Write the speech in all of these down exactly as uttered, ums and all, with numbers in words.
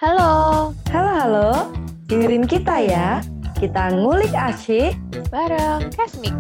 Halo, Halo, halo. Dengerin kita ya. Kita ngulik asyik. bareng Kasmik.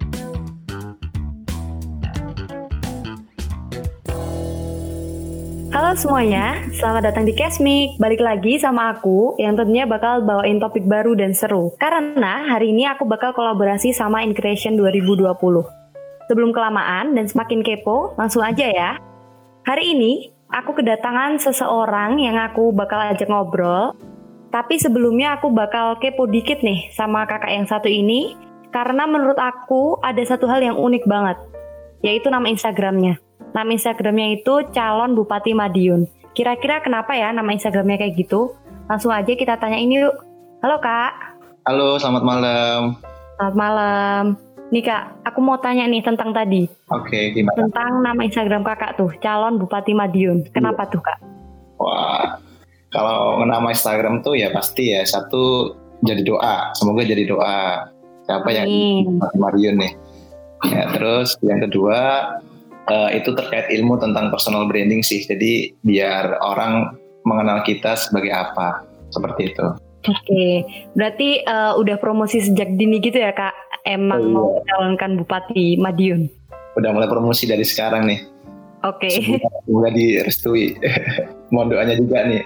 Halo semuanya, selamat datang di Kesmik. Balik lagi sama aku yang tentunya bakal bawain topik baru dan seru. Karena hari ini aku bakal kolaborasi sama Increation dua ribu dua puluh. Sebelum kelamaan dan semakin kepo, langsung aja ya. Hari ini aku kedatangan seseorang yang aku bakal ajak ngobrol. Tapi sebelumnya aku bakal kepo dikit nih sama kakak yang satu ini. Karena menurut aku ada satu hal yang unik banget. Yaitu nama Instagramnya. Nama Instagramnya itu Calon Bupati Madiun. Kira-kira kenapa ya nama Instagramnya kayak gitu? Langsung aja kita tanya ini yuk. Halo Kak. Halo, selamat malam. Selamat malam. Nih Kak, aku mau tanya nih tentang tadi. Oke, gimana? Tentang nama Instagram kakak tuh, Calon Bupati Madiun. Kenapa tuh Kak? Wah, kalau nama Instagram tuh ya pasti ya satu jadi doa. Semoga jadi doa. Siapa yang Amin. Bupati Madiun nih? Ya, terus yang kedua uh, itu terkait ilmu tentang personal branding sih. Jadi biar orang mengenal kita sebagai apa, seperti itu. Oke, berarti uh, udah promosi sejak dini gitu ya Kak? Emang Oh, iya. mau mencalonkan Bupati Madiun? Udah mulai promosi dari sekarang nih. Oke, Semoga, semoga direstui. Mohon doanya juga nih.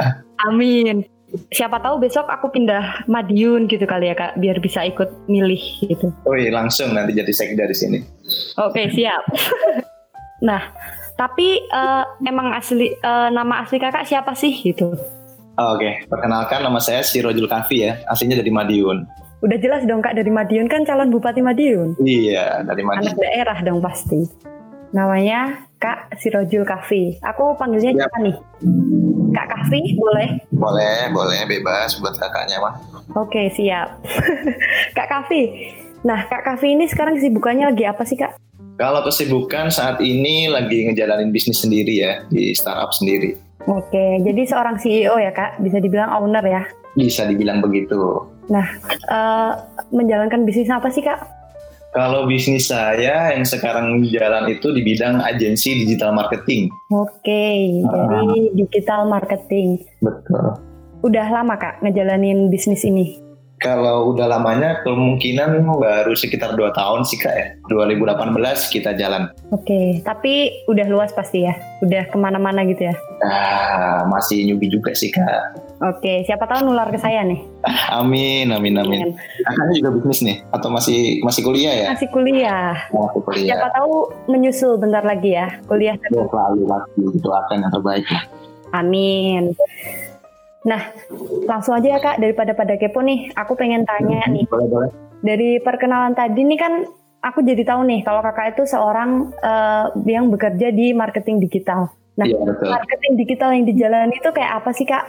amin. Siapa tahu besok aku pindah Madiun gitu kali ya Kak, biar bisa ikut milih gitu. Wih, langsung nanti jadi sekda di sini. Oke, siap. Nah, tapi uh, emang asli uh, nama asli kakak siapa sih gitu? Oke, perkenalkan nama saya Sirojul Kafi ya, aslinya dari Madiun. Udah jelas dong Kak, dari Madiun kan calon Bupati Madiun. Iya, dari Madiun. Anak daerah dong pasti. Namanya Kak Sirojul Kafi. Aku panggilnya Siap. siapa nih? Kak Kafi, boleh? Boleh, boleh, bebas buat kakaknya mah. Oke, siap. Kak Kafi. Nah, Kak Kafi ini sekarang kesibukannya lagi apa sih Kak? Kalau kesibukan saat ini lagi ngejalanin bisnis sendiri ya, di startup sendiri. Oke, jadi seorang C E O ya Kak, bisa dibilang owner ya. Bisa dibilang begitu. Nah, eh, menjalankan bisnis apa sih Kak? Kalau bisnis saya yang sekarang jalan itu di bidang agensi digital marketing. Oke, jadi digital marketing. Betul. Udah lama Kak ngejalanin bisnis ini? Kalau udah lamanya kemungkinan baru sekitar dua tahun sih Kak ya. dua ribu delapan belas kita jalan. Oke, tapi udah luas pasti ya? Udah kemana-mana gitu ya? Ah, masih newbie juga sih Kak. Oke, siapa tahu nular ke saya nih. Amin, amin, amin. Kakaknya juga bisnis nih? Atau masih masih kuliah ya? Masih kuliah. Masih kuliah. Siapa tahu menyusul bentar lagi ya, kuliah. Ya, selalu lagi doakan yang terbaik. Amin. Nah, langsung aja ya Kak, daripada pada kepo nih, aku pengen tanya nih. Boleh, boleh. Dari perkenalan tadi nih kan, aku jadi tahu nih kalau kakak itu seorang uh, yang bekerja di marketing digital. Nah, Iya, betul. marketing digital yang dijalani itu kayak apa sih Kak?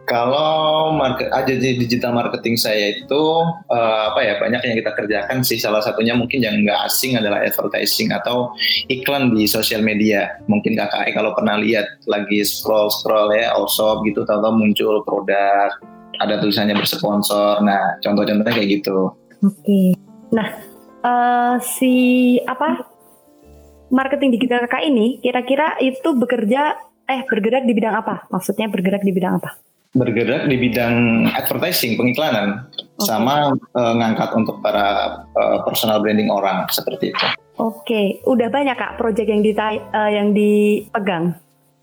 Kalau market, agensi digital marketing saya itu uh, apa ya banyak yang kita kerjakan sih. Salah satunya mungkin yang nggak asing adalah advertising atau iklan di sosial media. Mungkin kakak kalau pernah lihat lagi scroll scroll ya, all-shop gitu, tahu-tahu muncul produk, ada tulisannya bersponsor. Nah, contoh-contohnya kayak gitu. Oke. Nah, uh, si apa marketing digital kakak ini kira-kira itu bekerja eh bergerak di bidang apa? Maksudnya bergerak di bidang apa? Bergerak di bidang advertising, pengiklanan, okay. sama uh, ngangkat untuk para uh, personal branding orang seperti itu. Oke, udah banyak Kak proyek yang di uh, yang dipegang?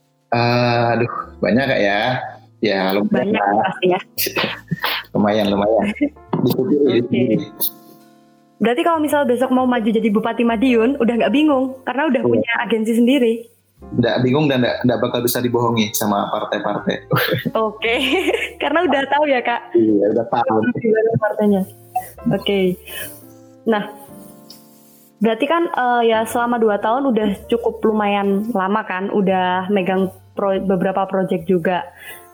Uh, aduh, banyak Kak ya. Ya lumayan. Banyak pasti ya. lumayan, lumayan. Disyukuri, okay. Berarti kalau misal besok mau maju jadi Bupati Madiun, udah nggak bingung karena udah oh. punya agensi sendiri. Nggak bingung dan nggak, nggak bakal bisa dibohongi sama partai-partai. Oke, okay. Karena udah tahu ya Kak. Iya, udah tahu. Partainya. Oke. Okay. Nah, berarti kan uh, ya selama dua tahun udah cukup lumayan lama kan, udah megang pro, beberapa proyek juga.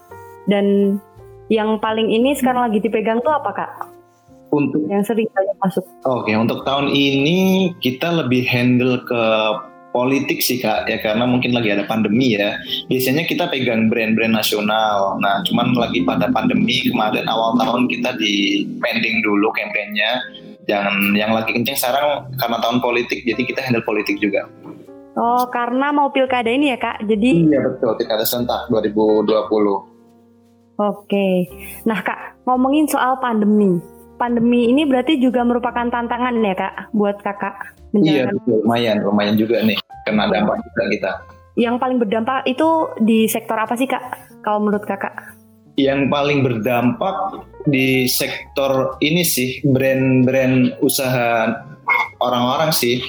Dan yang paling ini sekarang lagi dipegang tuh apa Kak? Untuk yang sering banyak masuk. Oke, okay, untuk tahun ini kita lebih handle ke politik sih Kak, ya karena mungkin lagi ada pandemi ya. Biasanya kita pegang brand-brand nasional. Nah, cuman lagi pada pandemi kemarin awal tahun kita di pending dulu kampanyenya. Jangan yang lagi kenceng sekarang karena tahun politik, jadi kita handle politik juga. Oh, karena mau pilkada ini ya Kak, jadi... Iya betul, pilkada serentak dua ribu dua puluh. Oke. Nah Kak, ngomongin soal pandemi. Pandemi ini berarti juga merupakan tantangan ya Kak buat Kakak Iya, menjalankan. betul. lumayan, lumayan juga nih kena dampak juga kita. Yang paling berdampak itu di sektor apa sih Kak? Kalau menurut Kakak? Yang paling berdampak di sektor ini sih brand-brand usaha orang-orang sih.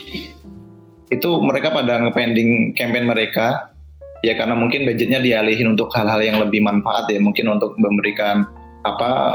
Itu mereka pada nge-pending campaign mereka. Ya karena mungkin budgetnya dialihin untuk hal-hal yang lebih manfaat ya, mungkin untuk memberikan apa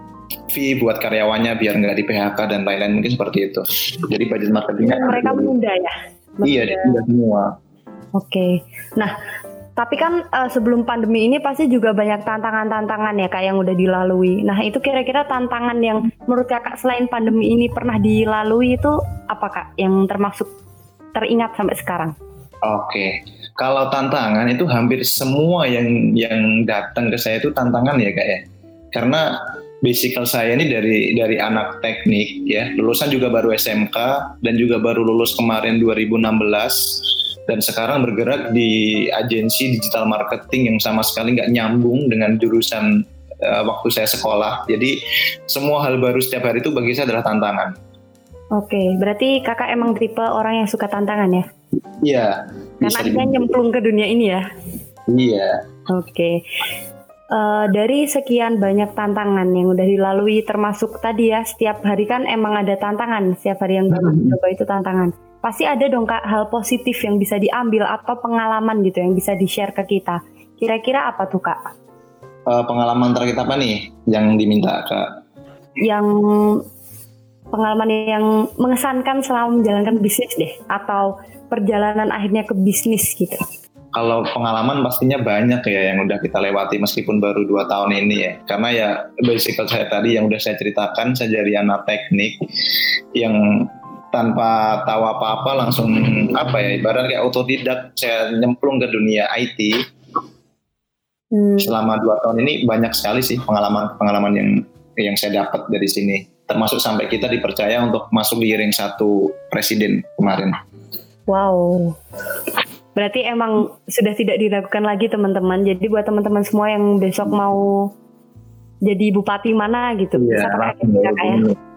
fee buat karyawannya biar nggak di P H K dan lain-lain, mungkin seperti itu. Jadi budget marketingnya Dan mereka menunda ya? iya ditunda semua. Oke. Nah, tapi kan uh, sebelum pandemi ini pasti juga banyak tantangan-tantangan ya Kak yang udah dilalui. Nah, itu kira-kira tantangan yang menurut Kakak selain pandemi ini pernah dilalui itu apa Kak yang termasuk teringat sampai sekarang? Oke, kalau tantangan itu hampir semua yang yang datang ke saya itu tantangan ya Kak ya. Karena basically saya ini dari dari anak teknik ya, lulusan juga baru S M K dan juga baru lulus kemarin dua ribu enam belas dan sekarang bergerak di agensi digital marketing yang sama sekali nggak nyambung dengan jurusan uh, waktu saya sekolah. Jadi semua hal baru setiap hari itu bagi saya adalah tantangan. Oke, berarti Kakak emang tipe orang yang suka tantangan ya? Iya. Karena akhirnya nyemplung ke dunia ini ya? Iya. Oke. Uh, dari sekian banyak tantangan yang udah dilalui termasuk tadi ya setiap hari kan emang ada tantangan, setiap hari yang baru coba itu tantangan. Pasti ada dong Kak hal positif yang bisa diambil atau pengalaman gitu yang bisa di-share ke kita. Kira-kira apa tuh Kak? Uh, pengalaman terakhir apa nih yang diminta Kak? Yang pengalaman yang mengesankan selama menjalankan bisnis deh, atau perjalanan akhirnya ke bisnis gitu. Kalau pengalaman pastinya banyak ya yang udah kita lewati meskipun baru dua tahun ini ya. Karena ya basic saya tadi yang udah saya ceritakan, saya jadi anak teknik yang tanpa tahu apa-apa langsung apa ya, ibarat kayak autodidak saya nyemplung ke dunia I T. Hmm. Selama dua tahun ini banyak sekali sih pengalaman-pengalaman yang yang saya dapat dari sini. Termasuk sampai kita dipercaya untuk masuk di ring satu presiden kemarin. Wow. Berarti emang sudah tidak diragukan lagi teman-teman. Jadi buat teman-teman semua yang besok mau jadi bupati mana gitu, ya, bisa pakai Kakak ya.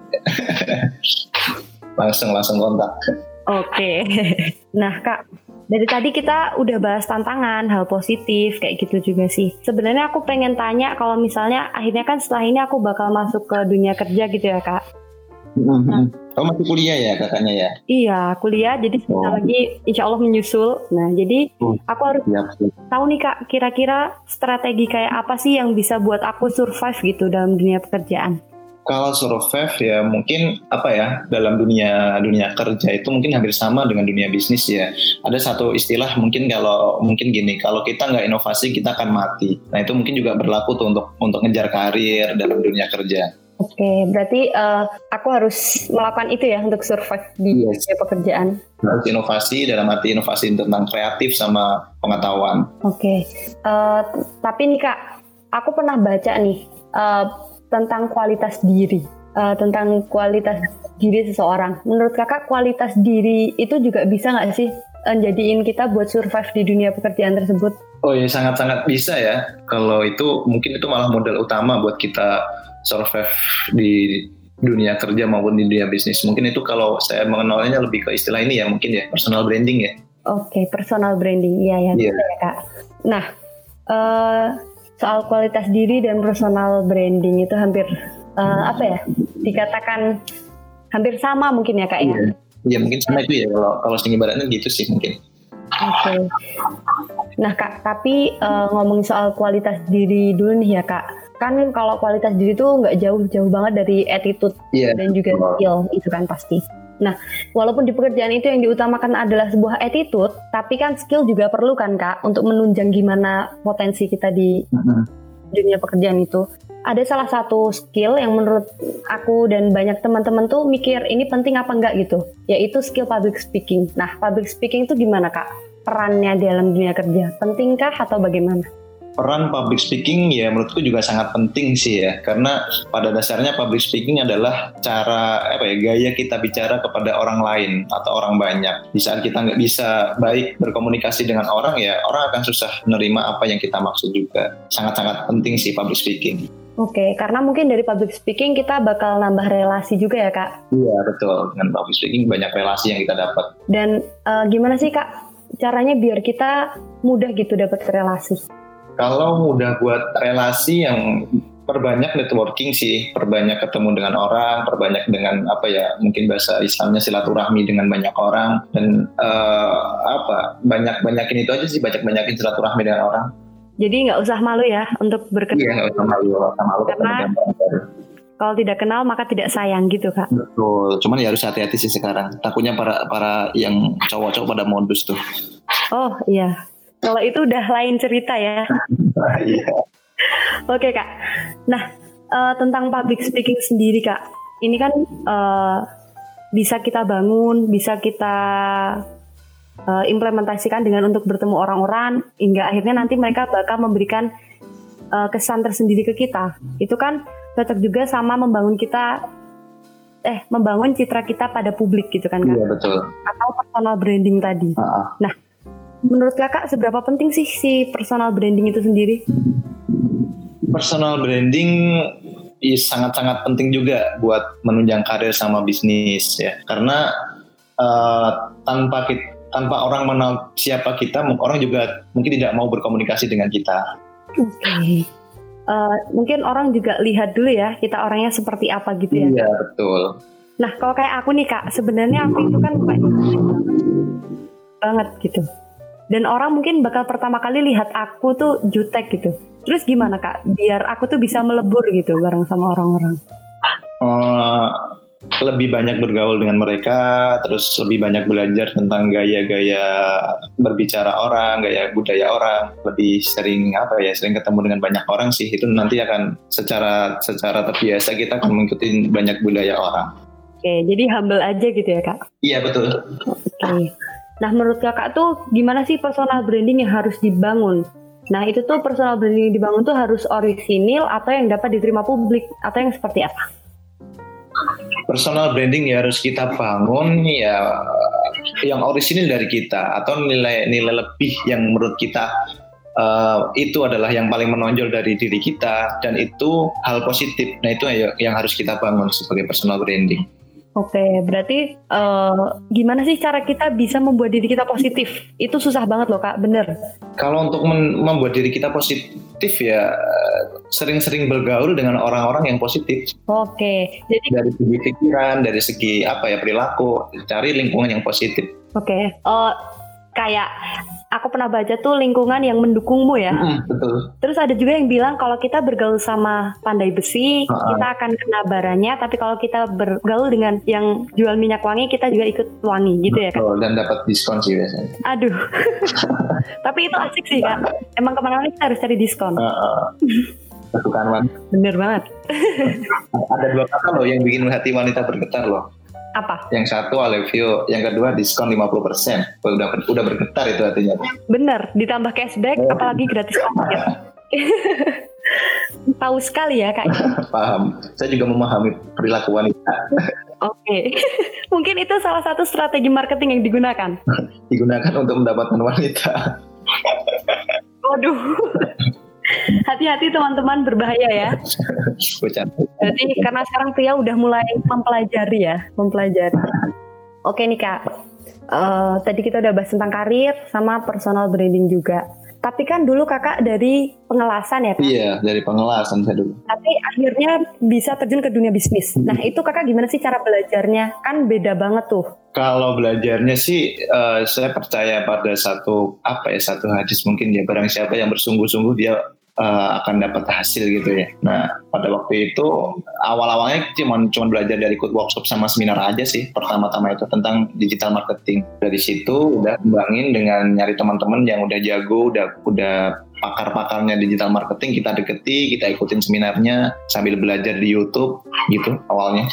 langsung langsung kontak. Oke. Nah Kak, dari tadi kita udah bahas tantangan, hal positif kayak gitu juga sih. Sebenarnya aku pengen tanya kalau misalnya akhirnya kan setelah ini aku bakal masuk ke dunia kerja gitu ya Kak. Nah, kamu masih kuliah ya kakaknya ya? Iya, kuliah. Jadi sebentar oh. lagi insya Allah menyusul. Nah, jadi aku harus ya, tahu nih Kak, kira-kira strategi kayak apa sih yang bisa buat aku survive gitu dalam dunia pekerjaan? Kalau survive ya mungkin apa ya, dalam dunia dunia kerja itu mungkin hampir sama dengan dunia bisnis ya. Ada satu istilah mungkin kalau mungkin gini, kalau kita nggak inovasi kita akan mati. Nah itu mungkin juga berlaku tuh untuk untuk ngejar karir dalam dunia kerja. Oke, okay, berarti uh, aku harus melakukan itu ya untuk survive di yes. pekerjaan. Harus inovasi dalam arti inovasi tentang kreatif sama pengetahuan. Oke, okay. uh, tapi nih Kak, aku pernah baca nih uh, tentang kualitas diri, uh, tentang kualitas diri seseorang. Menurut Kakak kualitas diri itu juga bisa nggak sih uh, jadiin kita buat survive di dunia pekerjaan tersebut? Oh ya sangat-sangat bisa ya. Kalau itu mungkin itu malah modal utama buat kita survive di dunia kerja maupun di dunia bisnis. Mungkin itu kalau saya mengenalnya lebih ke istilah ini ya, mungkin ya personal branding ya. Oke, okay, personal branding, iya ya, yeah. Bisa ya Kak. Nah, uh, soal kualitas diri dan personal branding itu hampir uh, apa ya? Dikatakan hampir sama mungkin ya Kak ya. Iya, yeah. mungkin sama itu ya kalau kalau sing ibaratnya gitu sih mungkin. Oke. Okay. Nah Kak, tapi uh, ngomongin soal kualitas diri dulu nih ya Kak. Kan kalau kualitas diri itu nggak jauh-jauh banget dari attitude yeah. dan juga skill itu kan pasti. Nah, walaupun di pekerjaan itu yang diutamakan adalah sebuah attitude, tapi kan skill juga perlu kan Kak untuk menunjang gimana potensi kita di mm-hmm. dunia pekerjaan itu. Ada salah satu skill yang menurut aku dan banyak teman-teman tuh mikir ini penting apa enggak gitu, yaitu skill public speaking. Nah, public speaking itu gimana Kak? Perannya dalam dunia kerja, pentingkah atau bagaimana? peran public speaking ya menurutku juga sangat penting sih ya, karena pada dasarnya public speaking adalah cara apa ya gaya kita bicara kepada orang lain atau orang banyak. Di saat kita nggak bisa baik berkomunikasi dengan orang ya orang akan susah menerima apa yang kita maksud juga. Sangat-sangat penting sih public speaking. Oke, karena mungkin dari public speaking kita bakal nambah relasi juga ya Kak? Iya betul, dengan public speaking banyak relasi yang kita dapat. Dan uh, gimana sih Kak caranya biar kita mudah gitu dapat relasi? Kalau mudah buat relasi yang perbanyak networking sih, perbanyak ketemu dengan orang, perbanyak dengan apa ya mungkin bahasa Islamnya silaturahmi dengan banyak orang dan uh, apa banyak banyakin itu aja sih, banyak banyakin silaturahmi dengan orang. Jadi nggak usah malu ya untuk berkenalan. Iya nggak usah malu, nggak usah malu karena kalau tidak kenal maka tidak sayang gitu Kak. Betul, cuman ya harus hati-hati sih sekarang. Takutnya para para yang cowok-cowok pada modus tuh. Oh iya. Kalau itu udah lain cerita ya. Iya. Oke Kak. Nah uh, tentang public speaking sendiri Kak, ini kan uh, bisa kita bangun, bisa kita uh, implementasikan dengan untuk bertemu orang-orang, hingga akhirnya nanti mereka bakal memberikan uh, kesan tersendiri ke kita. Itu kan cocok juga sama membangun kita, eh membangun citra kita pada publik gitu kan Kak? Iya betul. Atau personal branding tadi. Uh-uh. Nah. Menurut Kakak seberapa penting sih si personal branding itu sendiri? Personal branding ya, sangat-sangat penting juga buat menunjang karir sama bisnis ya. Karena uh, tanpa kita, tanpa orang mengenal siapa kita, orang juga mungkin tidak mau berkomunikasi dengan kita. Oke. Okay. Uh, mungkin orang juga lihat dulu ya kita orangnya seperti apa gitu ya. Iya betul. Nah kalau kayak aku nih Kak, sebenarnya aku itu kan banyak banget gitu. Dan orang mungkin bakal pertama kali lihat aku tuh jutek gitu. Terus gimana Kak? Biar aku tuh bisa melebur gitu bareng sama orang-orang. Uh, lebih banyak bergaul dengan mereka, terus lebih banyak belajar tentang gaya-gaya berbicara orang, gaya budaya orang. Lebih sering apa ya? Sering ketemu dengan banyak orang sih. Itu nanti akan secara secara terbiasa kita akan mengikuti banyak budaya orang. Oke, jadi humble aja gitu ya Kak? Iya betul. Oke. Nah menurut Kakak tuh gimana sih personal branding yang harus dibangun? Nah itu tuh personal branding yang dibangun tuh harus orisinil atau yang dapat diterima publik atau yang seperti apa? Personal branding ya harus kita bangun ya yang orisinil dari kita atau nilai-nilai lebih yang menurut kita uh, itu adalah yang paling menonjol dari diri kita dan itu hal positif. Nah itu yang harus kita bangun sebagai personal branding. Oke, berarti uh, gimana sih cara kita bisa membuat diri kita positif? Itu susah banget loh Kak, bener. Kalau untuk men- membuat diri kita positif ya sering-sering bergaul dengan orang-orang yang positif. Oke, jadi dari segi pikiran, dari segi apa ya perilaku, cari lingkungan yang positif. Oke, uh, kayak aku pernah baca tuh lingkungan yang mendukungmu ya. Mm, betul. Terus ada juga yang bilang kalau kita bergaul sama pandai besi, uh-huh. kita akan kena baranya. Tapi kalau kita bergaul dengan yang jual minyak wangi, kita juga ikut wangi gitu. Betul, ya kan? Dan dapat diskon sih biasanya. Aduh. Tapi itu asik sih Kak. Emang kemana-mana kita harus cari diskon. Uh-uh. Bukan wanita. Bener banget. Ada dua kata loh yang bikin hati wanita bergetar loh. Apa? Yang satu I love you, yang kedua diskon lima puluh persen. Udah udah bergetar itu artinya. Bener, ditambah cashback oh. apalagi gratis ongkir. Tahu sekali ya Kak. Paham. Saya juga memahami perilaku wanita. Oke. Okay. Mungkin itu salah satu strategi marketing yang digunakan. Digunakan untuk mendapatkan wanita. Waduh. Hati-hati teman-teman, berbahaya ya. Jadi karena sekarang pria udah mulai mempelajari ya, mempelajari. Oke nih Kak, uh, tadi kita udah bahas tentang karir sama personal branding juga. Tapi kan dulu Kakak dari pengelasan ya Kak? Iya, dari pengelasan saya dulu. Tapi akhirnya bisa terjun ke dunia bisnis. Nah itu Kakak gimana sih cara belajarnya? Kan beda banget tuh. Kalau belajarnya sih, uh, saya percaya pada satu apa ya satu hadis mungkin ya, barang siapa yang bersungguh-sungguh dia uh, akan dapat hasil gitu ya. Nah pada waktu itu awal-awalnya cuma cuma belajar dari ikut workshop sama seminar aja sih pertama-tama itu tentang digital marketing. Dari situ udah kembangin dengan nyari teman-teman yang udah jago, udah udah pakar-pakarnya digital marketing, kita deketi, kita ikutin seminarnya sambil belajar di YouTube gitu awalnya.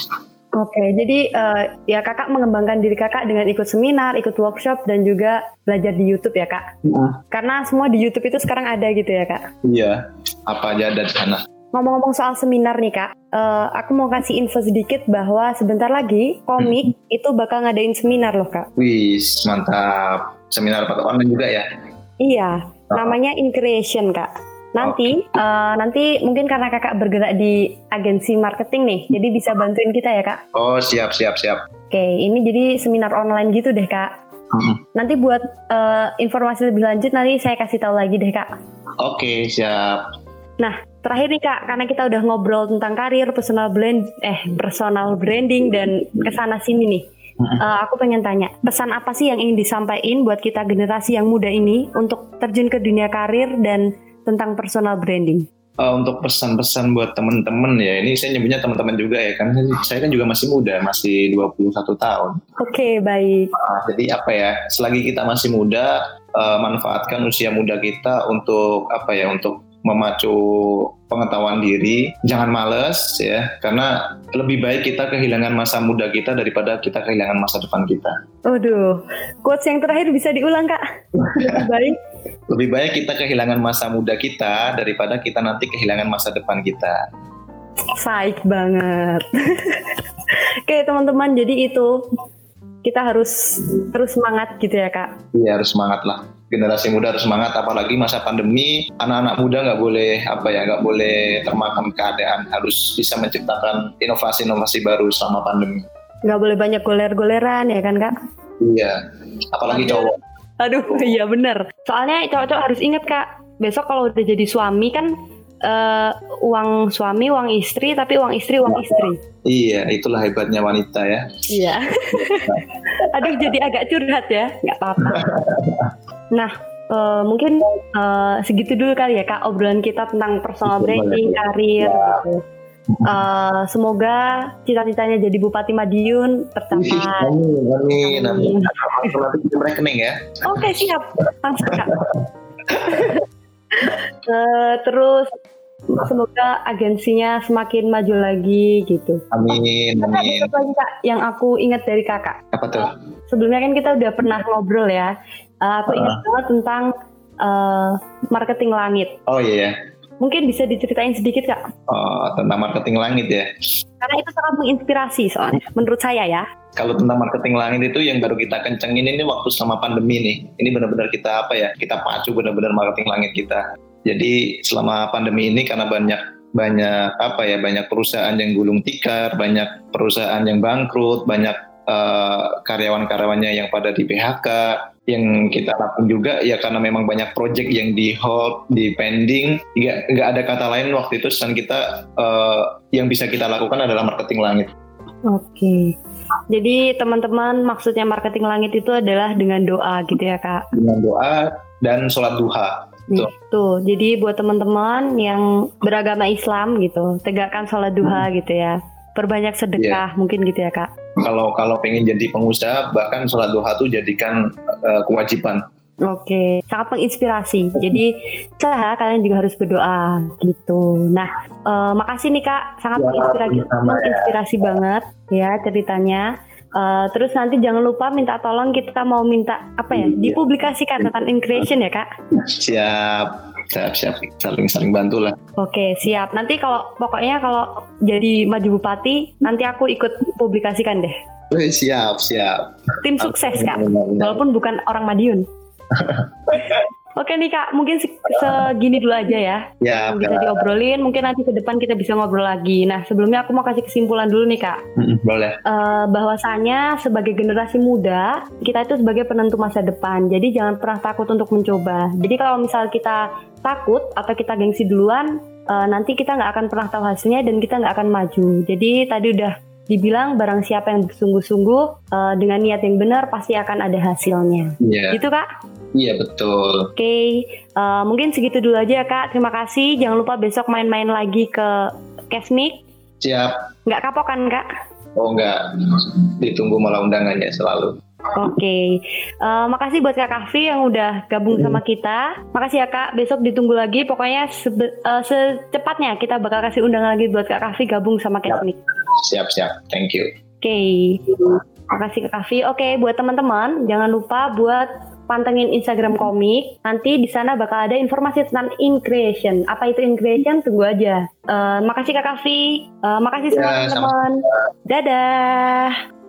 Oke, jadi uh, ya kakak mengembangkan diri kakak dengan ikut seminar, ikut workshop, dan juga belajar di YouTube ya kak? Uh. Karena semua di YouTube itu sekarang ada gitu ya kak? Iya, apa aja ada di sana. Ngomong-ngomong soal seminar nih kak, uh, aku mau kasih info sedikit bahwa sebentar lagi komik hmm. itu bakal ngadain seminar loh kak. Wih, mantap. Seminar pakai online juga ya? Iya, oh. namanya In-Creation kak. Nanti, okay. uh, nanti mungkin karena kakak bergerak di agensi marketing nih, jadi bisa bantuin kita ya kak? Oh siap, siap, siap. Oke, ini jadi seminar online gitu deh kak. Hmm. Nanti buat uh, informasi lebih lanjut nanti saya kasih tahu lagi deh kak. Oke, okay, siap. Nah, terakhir nih kak, karena kita udah ngobrol tentang karir, personal brand, eh personal branding dan kesana sini nih. Uh, aku pengen tanya, pesan apa sih yang ingin disampaikan buat kita generasi yang muda ini untuk terjun ke dunia karir dan tentang personal branding? Uh, untuk pesan-pesan buat teman-teman ya, ini saya nyebutnya teman-teman juga ya, karena saya kan juga masih muda, masih dua puluh satu tahun. Oke, okay, baik. Uh, jadi apa ya, selagi kita masih muda, uh, manfaatkan usia muda kita untuk apa ya, untuk memacu pengetahuan diri, jangan males ya, karena lebih baik kita kehilangan masa muda kita daripada kita kehilangan masa depan kita. Waduh, quotes yang terakhir bisa diulang kak? Lebih baik Lebih baik kita kehilangan masa muda kita daripada kita nanti kehilangan masa depan kita. Baik banget. Oke teman-teman, jadi itu kita harus terus semangat gitu ya kak? Iya, harus semangat lah. Generasi muda harus semangat, apalagi masa pandemi, anak-anak muda nggak boleh apa ya nggak boleh termakan keadaan, harus bisa menciptakan inovasi-inovasi baru selama pandemi. Nggak boleh banyak goler-goleran ya kan kak? Iya, apalagi Aduh. cowok. Aduh, iya benar. Soalnya cowok-cowok harus ingat kak, besok kalau udah jadi suami kan uh, uang suami, uang istri, tapi uang istri, uang istri. Iya, itulah hebatnya wanita ya. Iya. Aduh, jadi agak curhat ya, nggak apa-apa. Nah, uh, mungkin uh, segitu dulu kali ya kak obrolan kita tentang personal branding, karir gitu. Uh, semoga cita-citanya jadi Bupati Madiun tercapai. Amin, amin. Nanti kita rekening ya. Oke, siap. Langsung kak. uh, terus semoga agensinya semakin maju lagi gitu. Amin, amin. Satu lagi kak, yang aku ingat dari kakak. Apa tuh? Sebelumnya kan kita udah pernah ngobrol ya. Uh, aku ingat uh. banget tentang uh, marketing langit. Oh iya. Mungkin bisa diceritain sedikit kak? Oh, tentang marketing langit ya. Karena itu sangat menginspirasi soalnya, menurut saya ya. Kalau tentang marketing langit itu yang baru kita kencengin ini waktu selama pandemi nih. Ini benar-benar kita apa ya? Kita pacu benar-benar marketing langit kita. Jadi selama pandemi ini karena banyak banyak apa ya? Banyak perusahaan yang gulung tikar, banyak perusahaan yang bangkrut, banyak uh, karyawan-karyawannya yang pada di P H K. Yang kita lakukan juga ya karena memang banyak project yang di hold, di pending, nggak nggak ada kata lain waktu itu dan kita uh, yang bisa kita lakukan adalah marketing langit. Oke, jadi teman-teman maksudnya marketing langit itu adalah dengan doa gitu ya kak? Dengan doa dan sholat duha. Tuh. Tuh, jadi buat teman-teman yang beragama Islam gitu, tegakkan sholat duha hmm. gitu ya. Perbanyak sedekah yeah. mungkin gitu ya kak. Kalau kalau pengen jadi pengusaha bahkan sholat duha tuh jadikan uh, kewajiban. Oke, sangat menginspirasi. Jadi usaha kalian juga harus berdoa gitu. Nah, uh, makasih nih kak, sangat ya, menginspirasi, menginspirasi ya. banget ya ceritanya. Uh, terus nanti jangan lupa minta tolong kita mau minta apa ya dipublikasikan tentang In-Creation ya kak. Siap. Siap, siap, saling saling bantu lah. Oke, siap. Nanti kalau pokoknya kalau jadi maju bupati, nanti aku ikut publikasikan deh. Siap, siap. Tim sukses kak, walaupun bukan orang Madiun. Oke nih kak, mungkin segini dulu aja ya. Ya. Bisa diobrolin, mungkin nanti ke depan kita bisa ngobrol lagi. Nah sebelumnya aku mau kasih kesimpulan dulu nih kak. Boleh. Uh, bahwasanya sebagai generasi muda, kita itu sebagai penentu masa depan. Jadi jangan pernah takut untuk mencoba. Jadi kalau misal kita takut atau kita gengsi duluan, uh, nanti kita nggak akan pernah tahu hasilnya dan kita nggak akan maju. Jadi tadi udah dibilang barang siapa yang bersungguh-sungguh uh, dengan niat yang benar pasti akan ada hasilnya. Iya. Gitu kak? Iya betul. Oke, okay. uh, mungkin segitu dulu aja ya kak. Terima kasih. Jangan lupa besok main-main lagi ke Kesmik. Siap. Nggak kapok kan kak? Oh nggak, ditunggu malah undangannya selalu. Oke, Eh, makasih buat Kak Kahfi yang udah gabung sama kita. Makasih ya Kak, besok ditunggu lagi. Pokoknya sebe- eh, secepatnya kita bakal kasih undangan lagi buat Kak Kahfi gabung sama Kesmik. Siap-siap, thank you. Oke, makasih Kak Kahfi. Oke, buat teman-teman jangan lupa buat pantengin Instagram komik. Nanti di sana bakal ada informasi tentang increation. Apa itu increation? Tunggu aja. Eh, makasih Kak Kahfi. Eh, makasih semua Ya, teman-teman. Dadah.